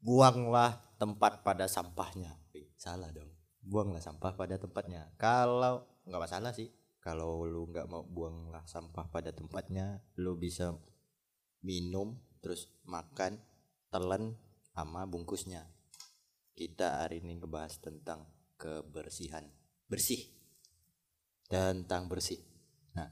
buanglah tempat pada sampahnya. Salah dong. Buanglah sampah pada tempatnya. Kalau nggak masalah sih. Kalau lu nggak mau buanglah sampah pada tempatnya, lu bisa minum terus makan, telan sama bungkusnya. Kita hari ini ngebahas tentang kebersihan. Bersih. Tentang bersih. Nah,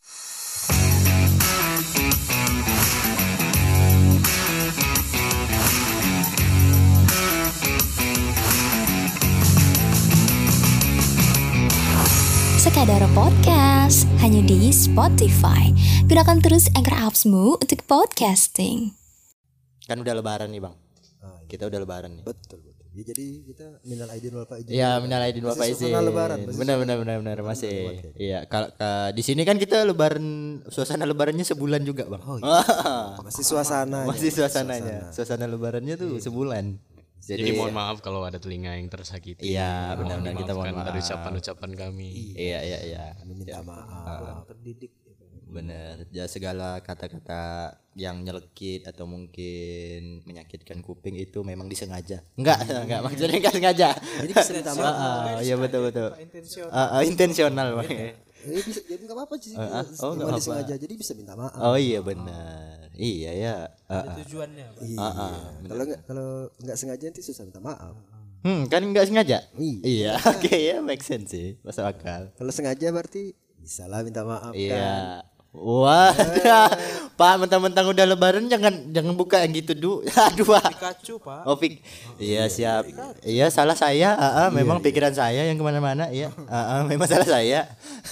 Sekadar Podcast hanya di Spotify. Gunakan terus Anchor Apps-mu untuk podcasting. kan udah lebaran nih, Bang. Kita udah lebaran nih. Betul. Ya, jadi kita minal aidin wal faizin. Iya, minal aidin wal faizin. Suasana lebaran. Benar masih. Iya, kalau di sini kan kita lebaran, suasana lebarannya sebulan juga, Bang. Oh, iya. Masih suasananya. Masih suasananya. Suasana lebarannya tuh sebulan. Jadi mohon maaf kalau ada telinga yang tersakiti. Iya, benar-benar kita mohon maaf dari ucapan-ucapan kami. Iya. Kami minta maaf. Terdidik. Bener, ya segala kata-kata yang nyelekit atau mungkin menyakitkan kuping itu memang disengaja. Enggak maksudnya enggak sengaja. Jadi bisa minta maaf. Iya betul. Intensional. Bisa, jadi nggak apa-apa sih. Nggak apa-apa. Sengaja, jadi bisa minta maaf. Oh iya benar. Iya ya. Ada tujuannya, Pak. Iya. Kalau nggak sengaja nanti susah minta maaf. Kan enggak sengaja. Iya. Oke ya, make sense sih, masuk akal. Kalau sengaja berarti bisa lah minta maaf. Iya. Wah, Pak, mentang-mentang udah lebaran jangan buka yang gitu Aduh, Pak. Pikachu, Pak. Oh, iya siap. Iya salah saya. Memang pikiran saya yang kemana-mana. Iya. Memang salah saya.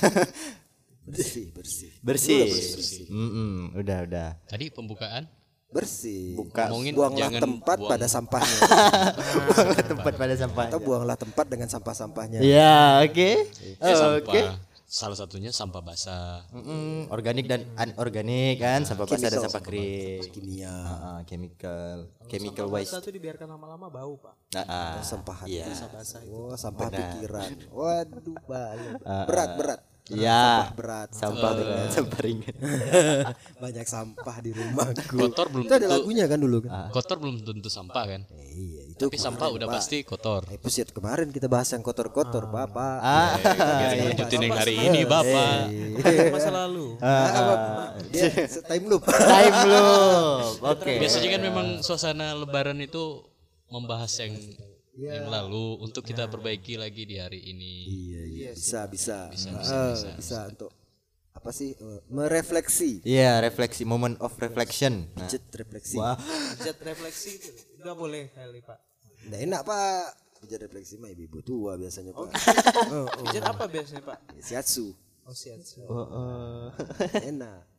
Bersih. Udah. Tadi pembukaan Bersih. Buanglah tempat pada sampahnya. Buanglah tempat pada sampahnya. Atau buanglah tempat dengan sampah-sampahnya. Iya, oke. sampah. Salah satunya sampah basah. Organik dan anorganik kan, sampah basah dan sampah kering. Kimia. Chemical waste. Satu dibiarkan lama-lama bau, Pak. Sampah hati. Iya. Oh, sampah pikiran. Waduh, berat. Iya. Sampah berat. Sampah ringan. Banyak sampah di rumahku. Kotor belum Itu ada tentu. lagunya kan dulu kan. Kotor belum tentu sampah kan. Iya, itu. Tapi sampah udah pasti kotor. Episode kemarin kita bahas yang kotor-kotor, Bapak. Kita lanjutin yang hari ini, Bapak. Masa lalu. Dia time loop. Time loop. Oke. Biasanya kan memang suasana lebaran itu membahas yang lalu untuk kita perbaiki lagi di hari ini. Iya. Bisa untuk apa sih? Merefleksi. Iya, refleksi, moment of reflection. Nah. Pijat refleksi. Wah. Pijat refleksi itu enggak boleh kali, Pak. Nggak enak, Pak. Pijat refleksi mah ibu tua biasanya, Pak. Pijat apa biasanya, Pak? Shiatsu. Oh, shiatsu. Enak.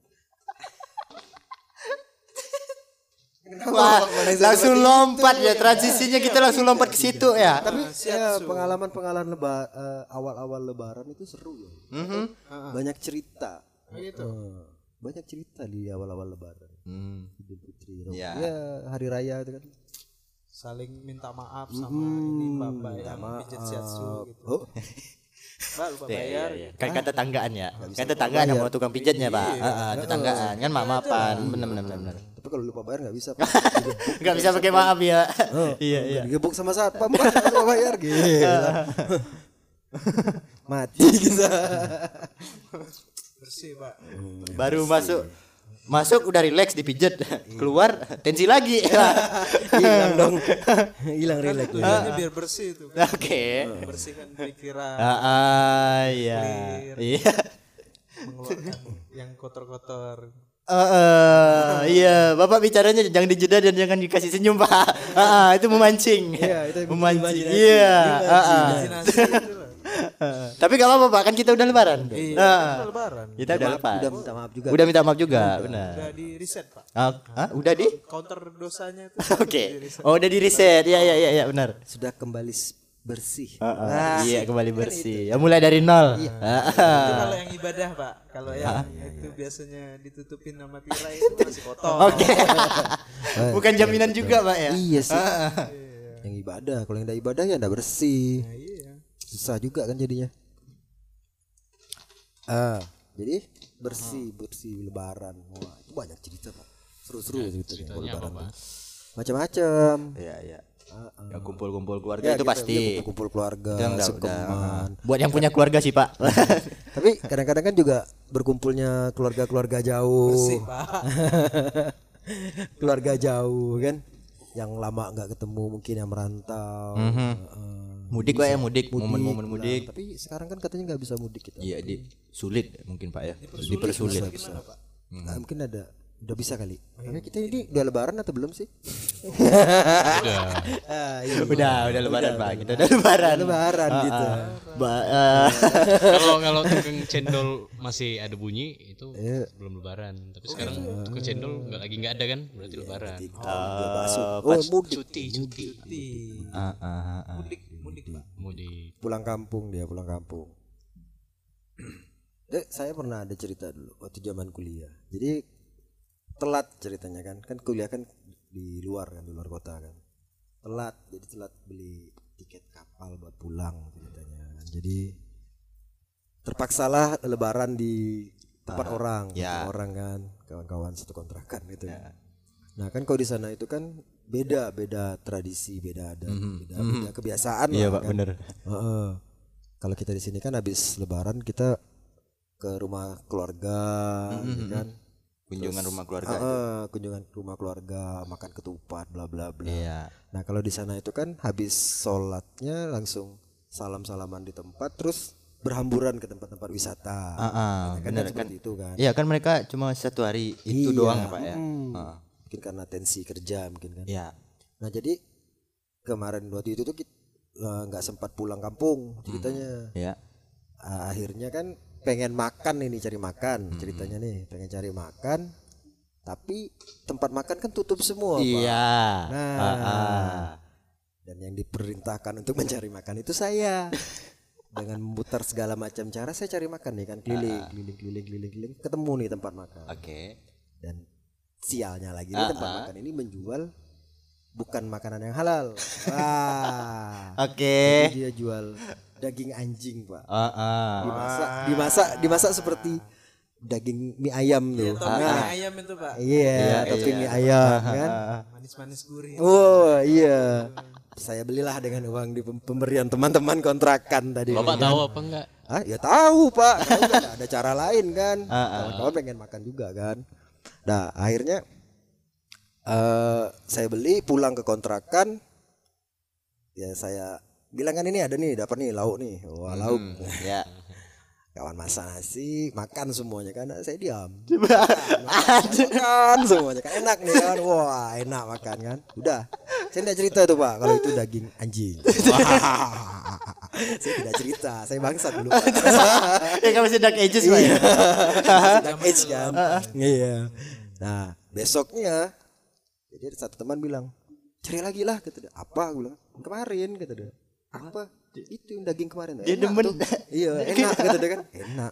Wah, langsung lompat ya, transisinya kita langsung lompat ke situ ya. Tapi pengalaman awal-awal lebaran itu seru ya. Banyak cerita. Banyak cerita di awal-awal lebaran. Idul Fitri. Ya. Ya, hari raya itu kan. Saling minta maaf sama ini Bapak yang pijat shiatsu gitu. Pak lupa bayar. Iya. Kan kata tanggaan ya. Kan tetanggaan sama tukang pijatnya, Pak. Tetanggaan kan maaf-maafan. Benar. Tapi kalau lupa bayar nggak bisa, Pak. Enggak bisa pakai maaf ya. Iya. Digebuk sama satpam, Pak, lupa bayar gitu. Mati kita. Bersih, Pak. Baru masuk udah relax dipijat, keluar tensi lagi. Hilang dong. Hilang relax. Tujuannya biar bersih itu. Oke. Bersihkan pikiran. Iya. Mengeluarkan yang kotor-kotor. Iya, Bapak bicaranya jangan dijeda dan jangan dikasih senyum, Pak. Itu memancing. Iya, itu memancing. Iya. Imajinasi itu loh. Tapi gak apa-apa, Pak, kan kita udah lebaran. Iya, lebaran. Kita udah lepas. Udah minta maaf juga. Udah minta maaf juga, benar. Udah di reset, Pak. Udah di? Counter dosanya itu. Oke. Oh, udah di reset. Iya, benar. Sudah kembali bersih. Iya, kembali bersih. Ya mulai dari nol. Itu kalau yang ibadah, Pak. Kalau yang itu biasanya ditutupin sama tirai itu masih kotor. Oke. Bukan jaminan juga, Pak ya. Iya sih. Yang ibadah, kalau yang tidak ibadah ya enggak bersih. Nah, iya. Susah juga kan jadinya. Jadi bersih lebaran. Wah, itu banyak cerita, Pak. Seru-seru ceritanya Ceritanya apa, Pak? macam-macam. Iya. Ya kumpul-kumpul keluarga Ya, itu kita- pasti. ya, kumpul keluarga, Itu udah, sungkeman. buat yang punya keluarga sih, Pak. Tapi kadang-kadang kan juga berkumpulnya keluarga-keluarga jauh. Bersih, Pak. Keluarga jauh kan, yang lama nggak ketemu, mungkin yang merantau. Mudik Pak ya, mudik, momen-momen mudik. Tapi sekarang kan katanya nggak bisa mudik kita. Iya, sulit mungkin Pak ya. Dipersulit. Nah, mungkin udah bisa kali. Makanya kita ini udah lebaran atau belum sih? Udah. Udah lebaran Pak. Kita udah lebaran. Lebaran gitu. Kalau tukang cendol masih ada bunyi itu Iya. belum lebaran. Tapi sekarang tukang cendol nggak ada kan? Berarti lebaran. Mudik. Cuti. Mudik, Pak. Mudik. Pulang kampung. Saya pernah ada cerita dulu waktu zaman kuliah. Jadi telat ceritanya kan kuliah kan di luar kota kan. Telat beli tiket kapal buat pulang ceritanya. Jadi terpaksalah lebaran di tempat orang, kan, kawan-kawan satu kontrakan gitu. Nah, kan kalau di sana itu kan beda tradisi, beda adat, beda kebiasaan Iya, lah, Pak, kan. bener. Kalau kita di sini kan habis lebaran kita ke rumah keluarga, ya kan. Kunjungan rumah keluarga. Kunjungan rumah keluarga, makan ketupat, bla bla bla. Iya. Nah, kalau di sana itu kan habis sholatnya langsung salam-salaman di tempat, terus berhamburan ke tempat-tempat wisata. Bener kan. Seperti itu kan. Iya kan mereka cuma 1 hari itu doang ya Pak ya. Mungkin karena tensi kerja mungkin kan. Iya. Nah, jadi kemarin waktu itu tuh kita nggak sempat pulang kampung ceritanya. Iya. Akhirnya kan pengen makan ini, cari makan ceritanya nih, pengen cari makan, tapi tempat makan kan tutup semua, Pak. Iya. Nah, dan yang diperintahkan untuk mencari makan itu saya. Dengan memutar segala macam cara saya cari makan nih kan, keliling, ketemu nih tempat makan. Oke. Dan sialnya lagi nih tempat makan ini menjual bukan makanan yang halal. Oke. Jadi dia jual daging anjing, Pak. Dimasak seperti daging mie ayam tuh. Mie ayam itu, Pak. Iya, tapi mie ayam kan. Manis-manis gurih. Oh iya. Saya belilah dengan uang di pemberian teman-teman kontrakan tadi. Bapak tahu apa enggak? Ya tahu, Pak. Tahu kan ada cara lain kan. Kawan-kawan pengen makan juga kan. Nah, akhirnya saya beli, pulang ke kontrakan. Ya saya bilang kan ini ada nih, dapat nih lauk nih. Wah, lauk. Ya. Kawan masak nasi, makan semuanya kan. Saya diam. Makan semuanya kan, enak nih kan. Wah, enak makan kan. Udah. Saya tidak cerita tuh, Pak, kalau itu daging anjing. Saya tidak cerita, saya bangsat dulu. Ya kan masih dark ages Pak ya. Dark age kan. Iya. Nah, besoknya jadi ada satu teman bilang, "Cari lagi lah," kata dia. "Apa?" Gue bilang, "Kemarin," kata dia. "Apa?" "Itu yang daging kemarin." Dia "Enak demen. tuh." Iya, enak kata dia kan. Enak.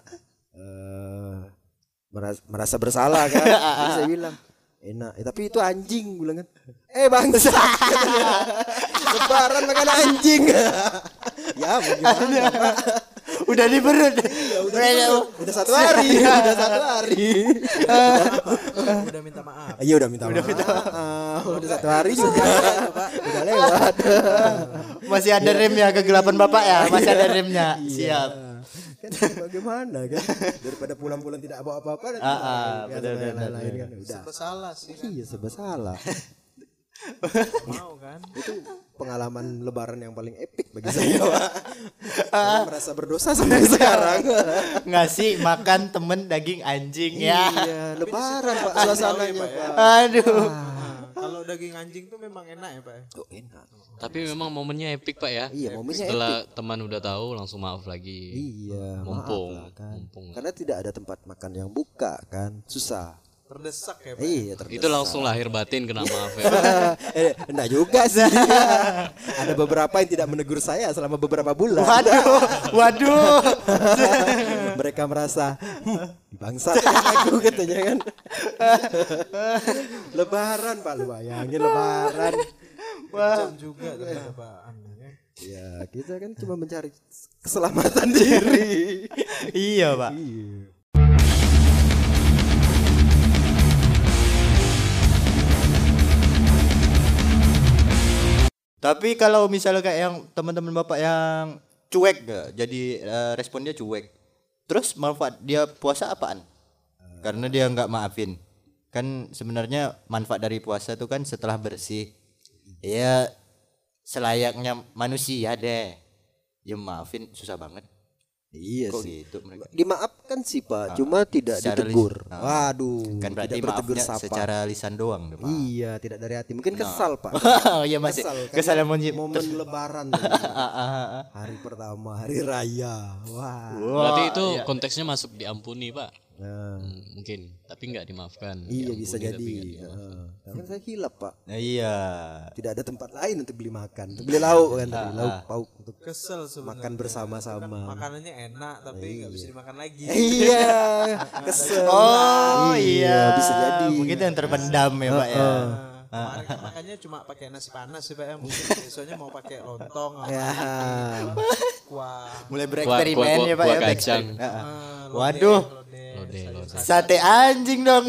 Merasa bersalah kan. Terus saya bilang, "Enak, tapi itu anjing," gue bilang kan. Bangsa. Lebaran makan anjing. Ya, mau gimana, Pak? Udah diberut. Udah 1 hari. Udah minta maaf. Iya, udah minta maaf. Udah 1 hari juga. Udah lewat. Masih ada remnya, kegelapan Bapak ya. Masih ada remnya. Siap. Kan bagaimana kan? Daripada pulang-pulang tidak bawa apa-apa. benar. Lain kan udah. Salah sih kan. Iya, serba salah. Mau kan? Itu pengalaman lebaran yang paling epic bagi saya, Pak. Saya merasa berdosa sampai sekarang. Ngasih makan temen daging anjing ya. Iya, lebaran, Pak, suasananya, Pak. Aduh. Kalau daging anjing tuh memang enak ya, Pak. Oh, enak. Tapi memang momennya epic Pak ya. Iya, momennya Setelah teman udah tahu langsung maaf lagi. Iya, Mumpung. maaf lah kan. Mumpung. Karena tidak ada tempat makan yang buka kan, susah. Terdesak ya, Pak. Iya, Itu langsung lahir batin kena maaf ya. enggak juga sih. Ada beberapa yang tidak menegur saya selama beberapa bulan. Waduh. Mereka merasa bangsa aku katanya kan. Lebaran, Pak, lu bayangin lebaran. Jam juga ternyata, Pak. Ya, kita kan cuma mencari keselamatan diri. Iya Pak. Tapi kalau misalnya kayak yang teman-teman bapak yang cuek gak, jadi respon dia cuek. Terus manfaat dia puasa apaan? Karena dia nggak maafin. Kan sebenarnya manfaat dari puasa itu kan setelah bersih. Ya selayaknya manusia deh. Ya maafin susah banget. Iya Kok sih. gitu mereka? Dimaafkan sih Pak, cuma tidak secara ditegur. lisan. Waduh, Kan berarti tidak bertegur maafnya sapa. secara lisan doang deh, Pak. Iya, tidak dari hati. Mungkin kesal Pak. Oh iya masih. Kesal, Kesal yang momen Lebaran tadi. Hari pertama, hari raya. Wah. Berarti itu konteksnya masuk diampuni, Pak. Nah, Mungkin, tapi nggak dimaafkan. iya Diampuni, bisa tapi jadi. nggak dimaafkan. Karena saya hilap Pak. Nah, iya. Tidak ada tempat lain untuk beli makan. Untuk beli lauk kan tadi, lauk pauk untuk Kesel sebenarnya. makan bersama-sama. Makanannya enak tapi nggak bisa dimakan lagi. Iya, kesel. Oh iya. bisa jadi. Mungkin itu yang terpendam ya, Pak ya. Kemarin kan makannya cuma pakai nasi panas sih Pak ya. Mungkin besoknya mau pakai lontong apa Ya. kuah. Mulai bereksperimen ya, Pak kuah ya. kacang. Waduh. Lode. Sate anjing dong.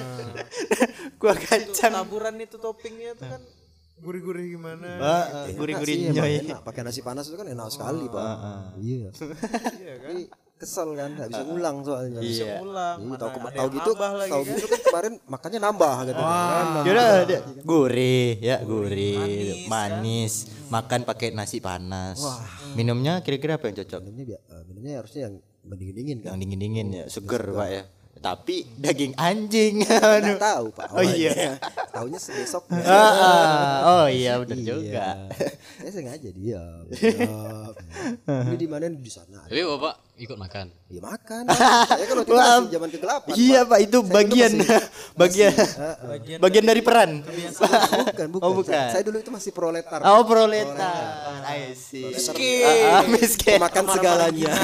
Kuah kacang. Taburan itu toppingnya tuh kan gurih-gurih gimana. Gurih-gurih Enak sih, emang nyoy. enak. Pakai nasi panas itu kan enak sekali Pak. Iya. Tapi kesel kan, nggak bisa ngulang soalnya. Iya. Ulang. Iya, Mana tahu ada tahu yang gitu, nambah lagi tahu kan. gitu kan kemarin makannya nambah gitu. Yaudah, gurih ya, gurih, manis. Makan pakai nasi panas. Minumnya kira-kira apa yang cocok? Minumnya harusnya yang mendingin-dingin kan. Yang dingin-dingin ya, seger, Pak ya. Tapi daging anjing. Nggak tahu Pak. Oh iya. Taunya besok. Oh iya benar juga. Saya sengaja diam. Ini di mana di sana? Tapi Bapak ikut makan. Ya makan. Saya kan waktu itu masih zaman kegelapan. Iya Pak, itu Saya dulu bagian masih- bagian dari peran. Bukan. Oh, bukan. Saya dulu itu masih proletar. Oh proletar. I see. Miskin. Makan segalanya.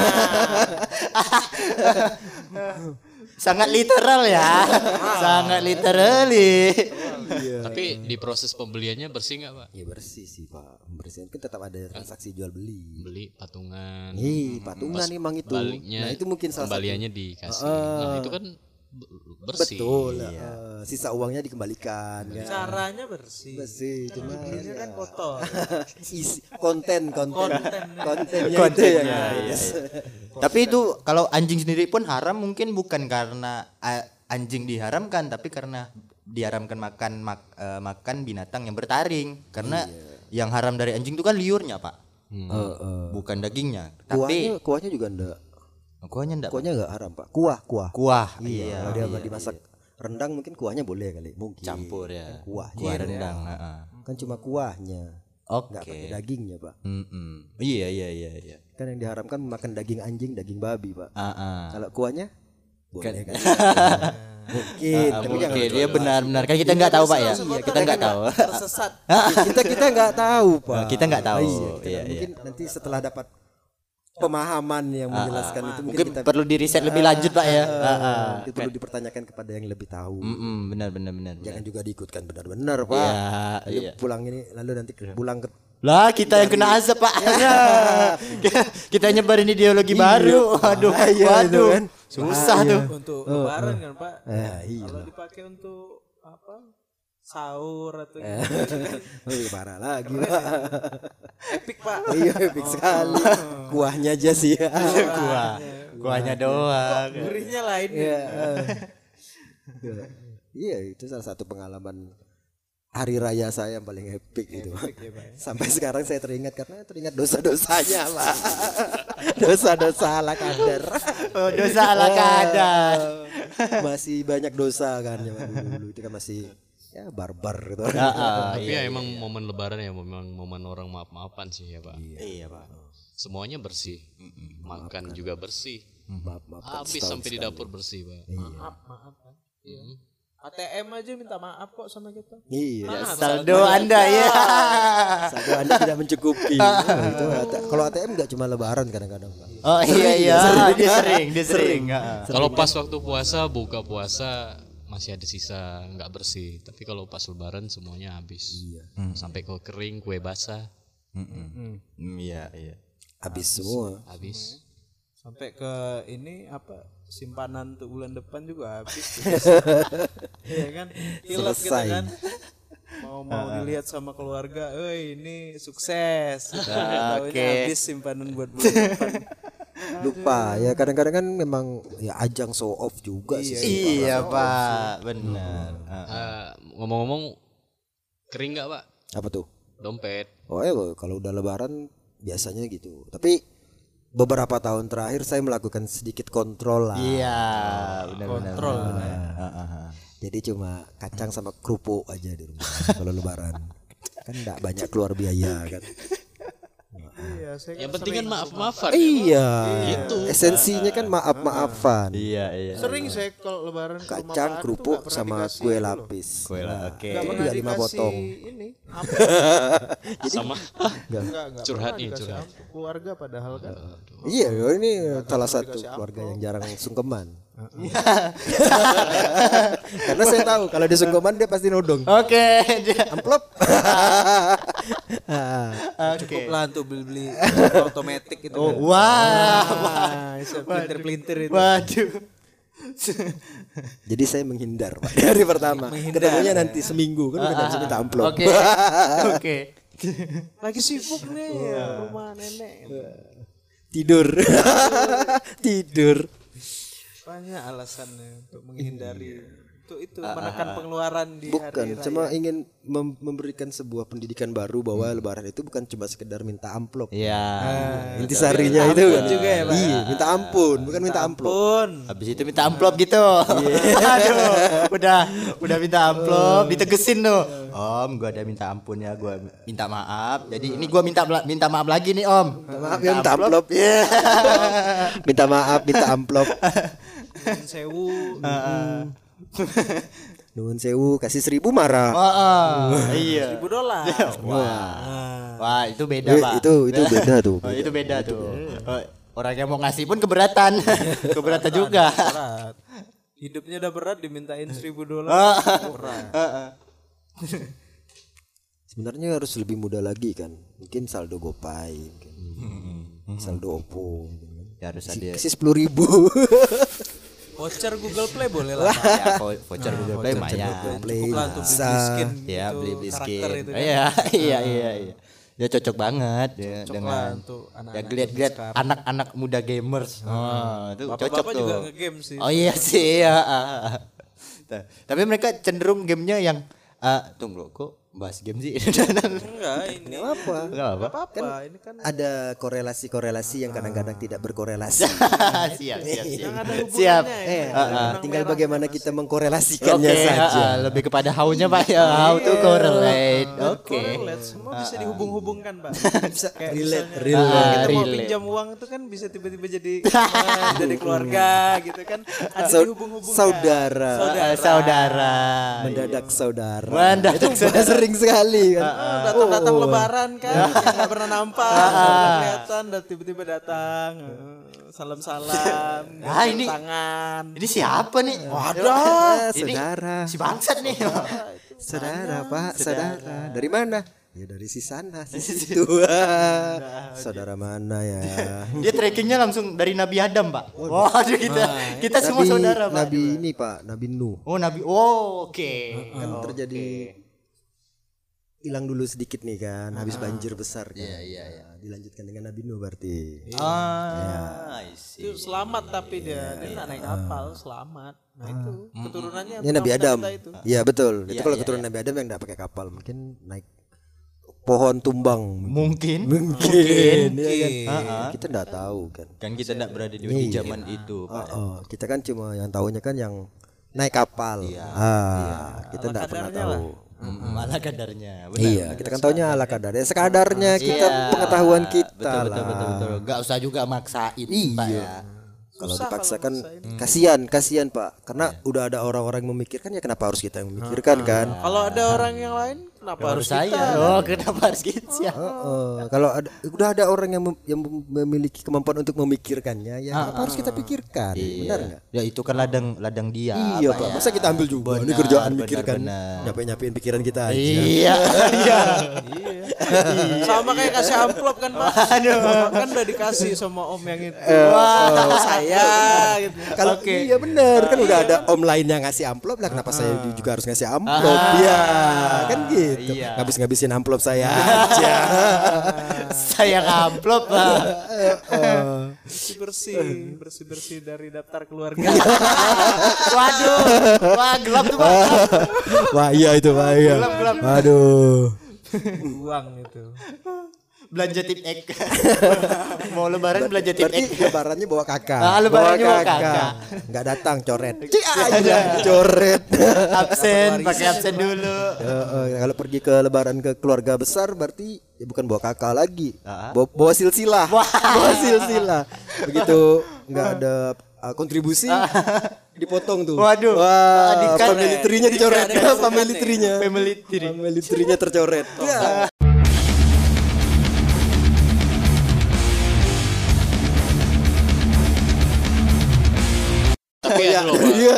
Sangat literal ya. Sangat literally. Tapi di proses pembeliannya bersih nggak Pak? Ya bersih sih Pak. Membersihkan kan tetap ada transaksi jual beli. Beli patungan. Patungan emang itu. Baliknya, Nah, itu mungkin salah satu. kembaliannya dikasih. Nah, itu kan bersih. Betul. Iya. Sisa uangnya dikembalikan kan. Caranya bersih. Bersih cuma Ini kan kotor. isi kontennya Kontennya, itu yang iya. Tapi itu kalau anjing sendiri pun haram mungkin bukan karena anjing diharamkan, tapi karena diharamkan makan binatang yang bertaring. Karena yang haram dari anjing itu kan liurnya Pak, bukan dagingnya. Tapi kuahnya juga enggak. kuahnya enggak. Kuahnya enggak haram Pak. Kuah. Iya. Kalau dia dimasak rendang mungkin kuahnya boleh kali. Mungkin Campur ya. Kuah Rendang. kan cuma kuahnya. Enggak pakai Oke. dagingnya Pak. Iya. Kan yang diharamkan makan daging anjing, daging babi Pak. Kalau kuahnya boleh kan. Mungkin, tapi jangan Oke, dia benar-benar kan kita nggak tahu Pak ya. Kita nggak tahu. Tersesat. kita nggak tahu Pak. Kita nggak tahu. Iya, mungkin nanti setelah dapat pemahaman yang menjelaskan itu Mungkin kita perlu di riset lebih lanjut Pak ya. mungkin perlu dipertanyakan kepada yang lebih tahu. Benar. Jangan juga diikutkan benar-benar Pak. Iya. Pulang ini lalu nanti pulang ke Lah kita yang kena azab Pak. Kita nyebarin ideologi baru. Waduh. kan. Susah tuh. Untuk lebaran kan Pak. Iya. Kalau dipakai untuk apa? Sahur atau Parah lagi Pak. epic Pak. Iya epic sekali. Kuahnya aja sih. Kuahnya doang. Gurihnya lain. Iya itu salah satu pengalaman hari raya saya yang paling epic itu. Sampai sekarang saya teringat dosa-dosanya Pak. Dosa-dosa ala kadar. Oh, dosa ala kadar. Masih banyak dosa kan zaman dulu itu kan masih ya barbar gitu. Tapi ya emang momen lebaran ya memang momen orang maaf-maafan sih ya Pak. Iya Pak. Semuanya bersih. Makan juga bersih. Maaf Habis sampai di dapur bersih Pak. Maaf kan. Iya. ATM aja minta maaf kok sama kita. Iya. Saldo Anda ya. Saldo Anda tidak mencukupi. Itu kalau ATM enggak cuma lebaran kadang-kadang Pak. Oh iya. Dia sering. Kalau pas waktu puasa buka puasa masih ada sisa nggak bersih. Tapi kalau pas lebaran semuanya habis. Sampai ke kering, kue basah Iya. Habis semua. habis. Sampai ke ini apa simpanan untuk bulan depan juga habis. Iya kan? Hilaf kita Selesai. kan. Mau dilihat sama keluarga, ini sukses. Oke. Taunya habis simpanan buat bulan depan. Lupa ya, kadang-kadang kan memang ya ajang show off juga sih. Iya Pak, benar. Ngomong-ngomong kering nggak Pak? Apa tuh? Dompet. Oh ya, kalau udah lebaran biasanya gitu. Tapi beberapa tahun terakhir saya melakukan sedikit kontrol lah. Iya, benar-benar. Kontrol. Jadi cuma kacang sama kerupuk aja di rumah kalau lebaran. Kan enggak banyak keluar biaya kan. Iya, saya Yang penting kan maaf-maafan. Iya. Gitu. Esensinya kan maaf-maafan. Iya. sering saya kalau lebaran ke rumah Kacang, Pak Anu tuh kerupuk nggak pernah sama dikasih kue itu loh. lapis. Kue lah, oke. Nggak pernah Juga 5 dikasih potong. ini. Sama Enggak Curhat pernah nih, dikasih curhat. ampun. Keluarga padahal kan. Iya, ini salah satu keluarga yang jarang sungkeman. Karena saya tahu kalau di sungkeman dia pasti nodong. Oke. Amplop. Cukup lah untuk beli otomatis itu. Oh, kan. wah. Pelintir-pelintir itu. Waduh. Jadi saya menghindar Pak dari pertama. Ketemunya nanti seminggu kan udah bisa minta amplop. Oke. Oke. Lagi sibuk nih rumah nenek. Tidur. Tidur. Banyak alasannya untuk menghindari itu menekan pengeluaran di hari Bukan, raya. cuma ingin memberikan sebuah pendidikan baru bahwa lebaran itu bukan cuma sekedar minta amplop. Iya. Intisarinya itu kan. juga ya, Pak. Iya, minta ampun, bukan minta amplop. Pun Habis itu minta amplop gitu. Aduh, udah minta amplop, ditegesin tuh. Om, gua ada minta ampun ya, gua minta maaf. Jadi ini gua minta maaf lagi nih, Om. Maaf ya, minta amplop. Iya. Minta maaf, minta amplop. Nuhun sewu. Nuhun sewu, kasih 1.000 marah. Iya. $1,000. Wah, itu beda, Pak. Itu beda tuh. Oh, itu beda tuh. Oh, orang yang mau ngasih pun keberatan. Keberatan juga. Berat. Hidupnya udah berat dimintain $1,000. Berat. Sebenarnya harus lebih mudah lagi kan. Mungkin saldo GoPay, mungkin. Saldo Oppo. Ya harus ada. Kasih 10.000. Voucher Google Play boleh lah. Ya, voucher Google Play lumayan. Play Cukup lah untuk beli bisa. skin Ya, gitu, beli skin. karakter itu kan. Iya. Dia cocok banget ya, Cocok lah dengan untuk ya anak-anak lihat sekarang. anak-anak muda gamers. Oh, itu cocok Bapak-bapak tuh. juga nge-game sih. Oh iya sih ya. Tapi mereka cenderung gamenya yang tunggu kok bahas game sih. Enggak, ini Apa? Enggak apa. apa-apa. Ini kan Ada korelasi-korelasi yang kadang-kadang tidak berkorelasi. Siap. yang ada Siap. hubungannya. Tinggal bagaimana kita mengkorelasikannya Oke, saja. lebih kepada how-nya Pak ya, how to correlate. Oke. Correlate, semua bisa dihubung-hubungkan, Pak. Bisa Kayak relate, misalnya, relate. kita mau Relate. pinjam uang itu kan bisa tiba-tiba jadi teman, jadi keluarga gitu kan. Ada dihubung-hubungkan. Saudara. Saudara. Mendadak saudara. Mendadak Itu sering sekali kan. Datang-datang lebaran kan, yang nggak pernah nampak, nggak pernah kelihatan, dan tiba-tiba datang, salam-salam, Ah, ini- tangan. Ini siapa nih? Waduh. Ini Saudara. si bangsat nih. Saudara, Pak, saudara. Dari mana? Ya dari si sana, si situ. Saudara mana ya? Dia trackingnya langsung dari Nabi Adam, Pak. Waduh, kita semua saudara, Pak. Nabi ini, Pak, Nabi Nuh. Oh, Nabi. Oh, oke. Kan terjadi hilang dulu sedikit nih kan, habis banjir besar kan. Iya. Dilanjutkan dengan Nabi Nuh berarti. I see. Itu selamat tapi dia nggak naik kapal, selamat. Nah itu keturunannya Ini Nabi bangsa Adam. kita itu. Iya betul. Itu kalau keturunan Nabi Adam yang enggak pakai kapal, mungkin naik pohon tumbang. Mungkin. Mungkin. Iya kan? Kita enggak tahu kan. Kan kita enggak berada di zaman itu, Pak. Kita kan cuma yang tahunya kan yang naik kapal. Kita enggak pernah tahu. Malah kadarnya. Benar. Iya, kita kan taunya ala kadarnya. Sekadarnya kita pengetahuan kita lah. Betul. Enggak usah juga maksain, Pak ya. Kalau dipaksakan kasihan Pak, karena udah ada orang-orang yang memikirkan ya kenapa harus kita yang memikirkan kan? Kalau ada orang yang lain, kenapa harus saya. kita? Oh, kenapa harus gitu ya? Kalau udah ada orang yang memiliki kemampuan untuk memikirkannya, ya kenapa harus kita pikirkan? Benar nggak? Ya itu kan ladang dia. Iya Pak, masa kita ambil juga? Ini kerjaan benar, mikirkan, benar. nyapain pikiran kita aja. Iya. Sama kayak kasih amplop kan Pak. Kan udah dikasih sama om yang itu. Wah, Saya gitu. Kalau iya benar kan udah ada om lain yang ngasih amplop lah, kenapa saya juga harus ngasih amplop? Ya kan gitu. Ngabis-ngabisin amplop saya aja. Saya amplop lah. Bersih-bersih dari daftar keluarga. Waduh. Wah, gelap tuh, Pak. Wah iya itu bahaya. Aduh. Uang itu. Belanja tip ek. Mau lebaran belanja tip Berarti ek. lebarannya bawa kakak. Lebarannya bawa kakak. Enggak datang coret. Coret. Absen, pakai absen dulu. Kalau pergi ke lebaran ke keluarga besar berarti ya bukan bawa kakak lagi. Bawa silsilah. Bawa silsilah. Begitu enggak ada kontribusi dipotong tuh. Waduh. Wah, family tree-nya dicoret. Family tree-nya tercoret. Ya. Tapi ya loh, Pak, Iya.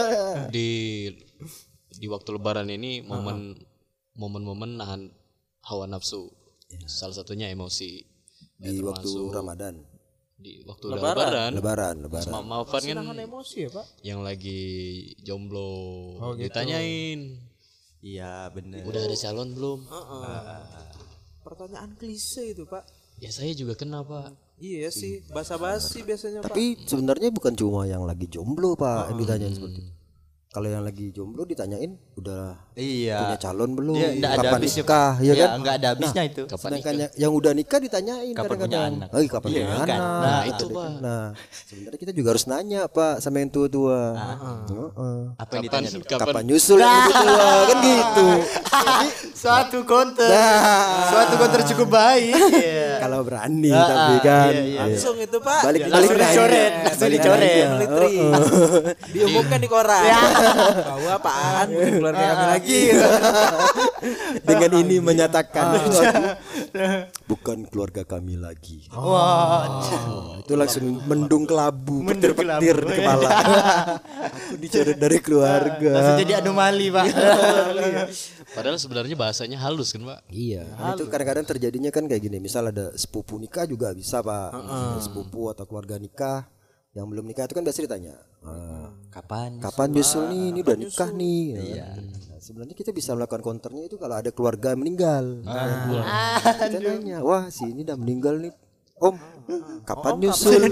di waktu lebaran ini momen-momen nahan hawa nafsu. Salah satunya emosi. Di waktu Ramadan. Di waktu lebaran. Lebaran. Maafan kan Nahan emosi ya Pak. yang lagi jomblo ditanyain, Iya, bener. udah ada calon belum? Pertanyaan klise itu Pak. Ya saya juga kena, Pak. Iya sih, basa-basi biasanya Pak. Tapi sebenarnya bukan cuma yang lagi jomblo Pak yang ditanyain seperti itu. Kalau yang lagi jomblo ditanyain udah punya calon belum? Dia enggak ada Kapan habisnya. nikah? Ya kan? Enggak ada habisnya itu. Sedangkan yang udah nikah ditanyain Kapan punya anak? Kapan punya anak? Nah, itu, Gitu Pak. kan. Nah, sebenarnya kita juga harus nanya Pak sama yang tua-tua. Apa yang ditanya tuh? Kapan nyusul yang tua kan gitu. Suatu counter. Suatu counter cukup baik. Iya. Kalau berani tapi kan. Langsung itu Pak. Balik Langsung dicoret. Langsung dicoret. Family tree. Diumumkan di koran. Bahwa apaan keluarga kami lagi. Dengan ini menyatakan bukan keluarga kami lagi. Itu langsung mendung kelabu, petir-petir di kepala. Aku dicoret dari keluarga. Langsung jadi anomali, Pak. Padahal sebenarnya bahasanya halus kan, Pak? Iya, itu kadang-kadang terjadinya kan kayak gini. Misal ada sepupu nikah juga bisa Pak. Sepupu atau keluarga nikah yang belum nikah itu kan biasa ditanya, kapan nyusul nih? Ini udah nikah nih. Nah, sebenarnya kita bisa melakukan counternya itu kalau ada keluarga meninggal. Kita nanya, wah si ini udah meninggal nih, Om. Kapan nyusul?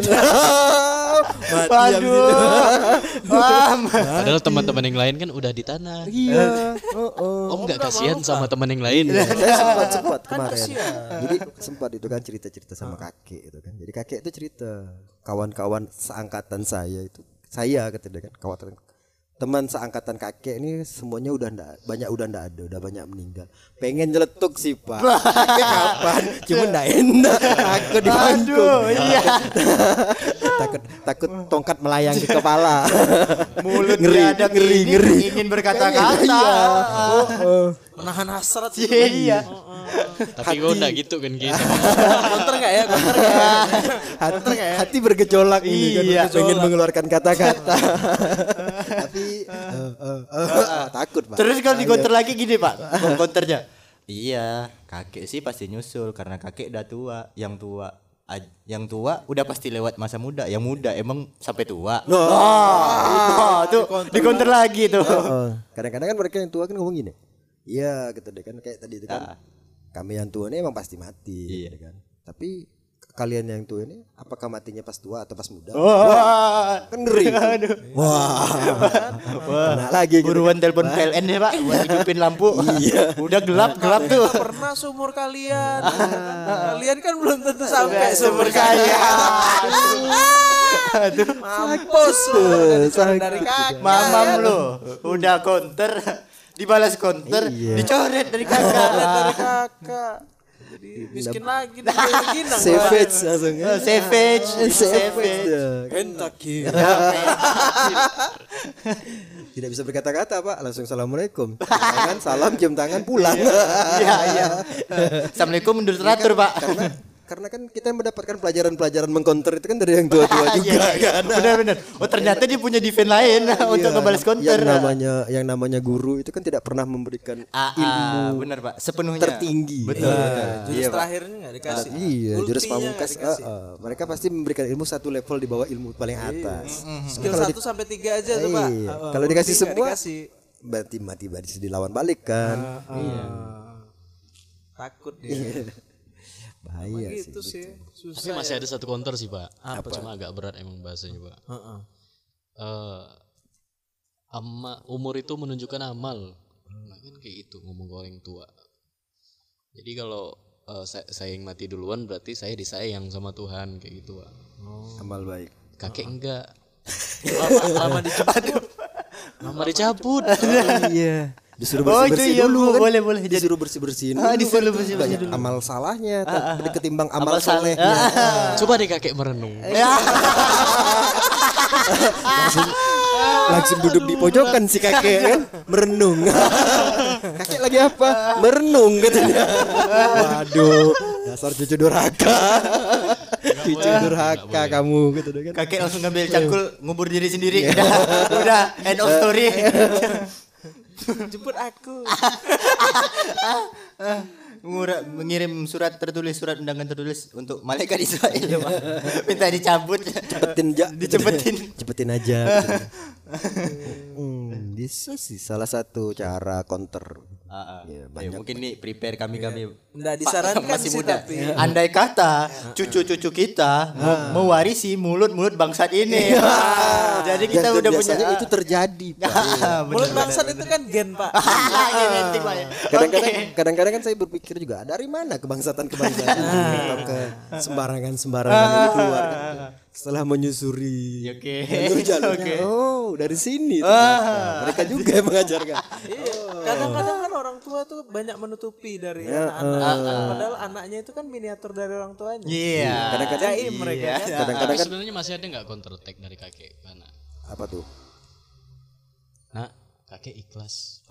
Waduh. Padahal teman-teman yang lain kan udah di tanah. Iya. Om nggak kasihan sama teman yang lain? Saya sempat kemarin. Jadi sempat itu kan cerita-cerita sama kakek itu kan. Jadi kakek itu cerita kawan-kawan seangkatan saya itu. Saya kata dia kan kawan teman seangkatan kakek ini semuanya udah ndak ada, udah banyak meninggal. Pengen nyeletuk sih Pak. Kakek kapan? Cuma ndak enak. Aku di panggung. Iya. takut tongkat melayang di kepala. Mulut ngeri, ada ngeri. ingin berkata-kata. Menahan hasrat. Iya. Tapi gue enggak gitu kan gitu. Counter enggak ya? Hati bergejolak ini kan pengen mengeluarkan kata-kata. Tapi takut Pak. Terus kalau di counter lagi gini, Pak. Counternya. Iya, kakek sih pasti nyusul karena kakek udah tua. Yang tua udah pasti lewat masa muda. Yang muda emang sampai tua. Tuh di counter lagi tuh. Kadang-kadang kan mereka yang tua kan ngomong gini. Iya, gitu deh kan kayak tadi itu kan. Kami yang tua ini emang pasti mati, gitu kan. Tapi kalian yang tua ini apakah matinya pas tua atau pas muda? Wah, kan ngeri. Wah. Kena lagi gitu. Buruan telepon PLN ya, Pak, buat hidupin lampu. Udah gelap tuh. Pernah seumur kalian. Kalian kan belum tentu sampai seumur kalian. Aduh, mampus lu dari kakak. Mamam lu udah counter, dibalas counter, dicoret dari kakak. Jadi miskin lagi begini. Savage langsung ya. Savage. Kentucky. Tidak bisa berkata-kata Pak, langsung assalamualaikum. Tangan salam, cium tangan, pulang. Iya. Assalamualaikum mundur teratur, Pak. karena kan kita mendapatkan pelajaran-pelajaran mengcounter itu kan dari yang tua-tua juga kan. Benar-benar. Oh ternyata dia punya defense lain untuk ngebalas counter. Yang namanya guru itu kan tidak pernah memberikan ilmu benar Pak, sepenuhnya tertinggi. Betul. Jurus terakhirnya nggak dikasih. Iya, jurus Ultinya pamungkas. nggak dikasih. Mereka pasti memberikan ilmu satu level di bawah ilmu paling atas. Skill 1 sampai 3 aja tuh Pak. Iya. Kalau dikasih Ulti nggak semua, dikasih. berarti mati dilawan balik kan. Takut dia. Bahaya sih. Gitu sih. Tapi Susah. masih ada satu counter sih Pak. Cuma agak berat emang bahasanya Pak. Umur itu menunjukkan amal. Nah, kan kayak gitu ngomong ke orang tua. Jadi kalau saya yang mati duluan berarti saya disayang sama Tuhan kayak gitu Pak. Amal baik. Kakek enggak. Lama dicabut. Lama dicabut. Iya. Disuruh Oh, itu bersih-bersih iya, dulu Bu. kan. Boleh. Disuruh bersih-bersihin. disuruh kan. bersih-bersihin Banyak amal salahnya ketimbang amal Amal saleh. solehnya. Coba deh kakek merenung. Langsung duduk di pojokan si kakek kan merenung. Kakek lagi apa? Merenung katanya. Waduh, dasar cucu durhaka. Cucu durhaka kamu gitu kan. Kakek langsung ngambil cangkul ngubur diri sendiri. Udah end of story. Jemput aku. Mengirim surat undangan tertulis untuk malaikat Israel Pak. Minta dicabut, Cepetin aja. Bisa sih salah satu cara counter. Ya, Ya, mungkin nih prepare kami Nggak disarankan masih sih muda. tapi. Andai kata cucu-cucu kita mewarisi mulut-mulut bangsat ini. Jadi kita Dan udah punya biasanya itu terjadi, Pak. Mulut bangsat itu kan gen Pak. Genetik, Pak, ya. Kadang-kadang saya berpikir juga dari mana kebangsatan-kebangsatan atau ke sembarangan ini keluar kan. Setelah menyusuri Oke. jalur-jalurnya. Oh, dari sini ternyata. Mereka juga yang mengajarkan. Iya. Kadang-kadang kan orang tua tuh banyak menutupi dari anak-anak. Padahal anaknya itu kan miniatur dari orang tuanya. Iya. Kadang-kadang Jaim mereka kan. kadang-kadang Tapi kan sebenarnya masih ada nggak counter attack dari kakek ke anak? apa tuh? Nah, kakek ikhlas.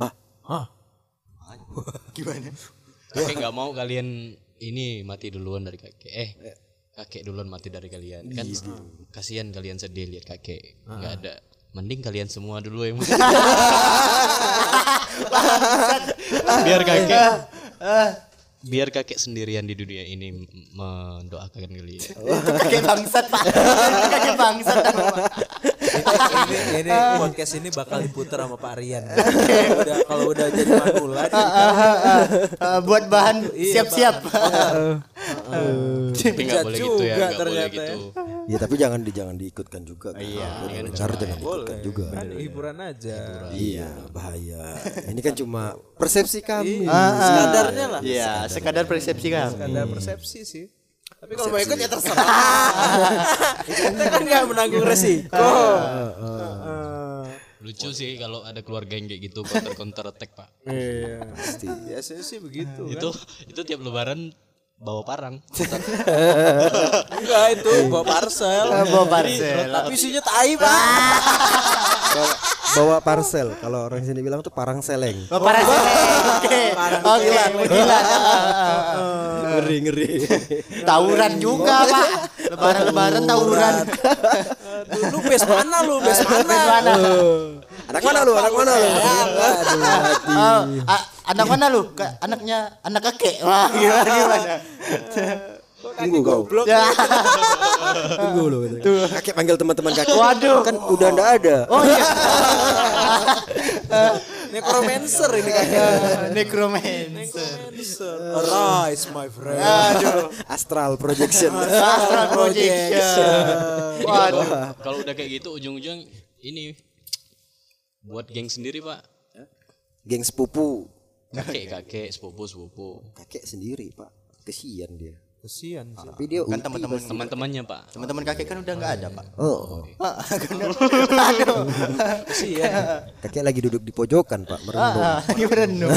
Gimana? Kakek nggak mau kalian ini mati duluan dari kakek. Kakek duluan mati dari kalian. Kan kasihan kalian sedih lihat kakek nggak ada. Mending kalian semua dulu yang mati. biar kakek sendirian di dunia ini mendoakan kalian. Itu kakek bangsat Pak. Kakek bangsat Pak. Ini podcast ini bakal diputar sama Pak Rian. Kalau udah jadi manula Buat bahan siap-siap. Tapi nggak boleh gitu ya, juga nggak boleh ternyata gitu. Ya tapi jangan diikutkan juga. Iya, jangan diikutkan juga. kan hiburan aja. Iya, bahaya. Ini kan cuma persepsi kami. Sekadarnya lah. Iya, sekadar persepsi kan. Sekadar persepsi sih. Tapi kalau mau ikut ya terserah. Kita kan nggak menanggung resiko. Lucu sih kalau ada keluarga yang kayak gitu counter attack Pak. Iya. Biasanya sih begitu. Itu tiap lebaran bawa parang. Enggak itu bawa parcel. Bawa parcel. Tapi isinya tai Pak. Bawa parcel. Kalau orang sini bilang tuh parang seleng. Parah. Oke, menjilat. Ngeri. Tawuran juga, Pak. Lebaran tawuran. Lu bes mana lu? Bes mana? Anak mana lu? Aduh, hati. Anak mana lu? Anaknya anak kakek. Wah, gimana? Tunggu kau. Tunggu lu. Kakek panggil teman-teman kakek. Waduh. Kan udah enggak ada. Oh iya. Necromancer ini kan. Necromancer. Arise my friend. Astral projection. Astral projection. Waduh. Kalau udah kayak gitu ujung-ujung ini buat geng sendiri Pak. Geng sepupu. Kakek, sepupu. Kakek sendiri, Pak. Kesian dia. Kesian sih. Tapi dia Kan Teman-temannya Pak. teman-teman kakek kan udah enggak ada, Pak. Oh, Kesian. kakek lagi duduk di pojokan, Pak, merenung. Merenung.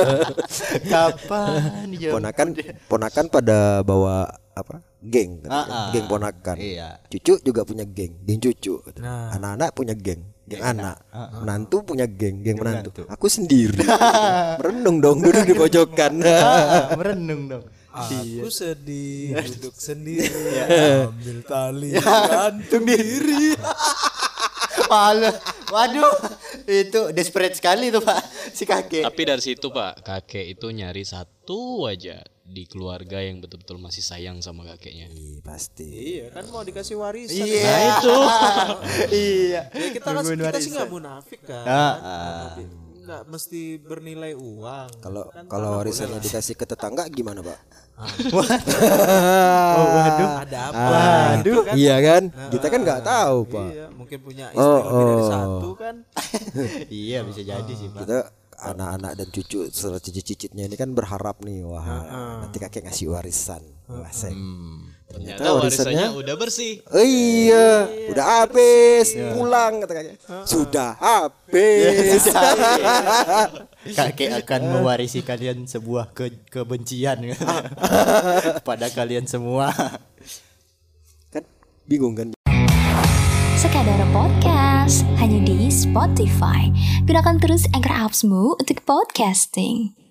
Kapan ya? Ponakan pada bawa apa? Geng, geng ponakan. Iya. Cucu juga punya geng cucu. Anak-anak punya geng anak. Menantu punya geng menantu. Aku sendiri. Merenung dong duduk di pojokan. Merenung dong. Aku sedih duduk sendiri ambil tali gantung diri. Waduh, itu desperate sekali tuh Pak si kakek. Tapi dari situ Pak, kakek itu nyari satu aja di keluarga yang betul-betul masih sayang sama kakeknya. Pasti. Iya kan mau dikasih warisan. Iya. Nah itu. Iya. Ya, kita sih nggak munafik kan. Nggak mesti bernilai uang. Kalau warisannya dikasih ke tetangga gimana, Pak? Waduh. Ada apa? Gitu kan? Iya kan? Kita kan nggak tahu, Pak. Iya, mungkin punya istri lebih dari satu kan. Iya bisa jadi sih Pak. Kita anak-anak dan cucu serta cicit-cicitnya ini kan berharap nih, wah nanti kakek ngasih warisan. Wah, Ternyata warisannya udah bersih. Iya, udah habis, pulang kata kakek. Sudah habis. Kakek akan mewarisi kalian sebuah kebencian pada kalian semua. Kan bingung kan? Sekadar Podcast hanya di Spotify. Gunakan terus Anchor Apps-mu untuk podcasting.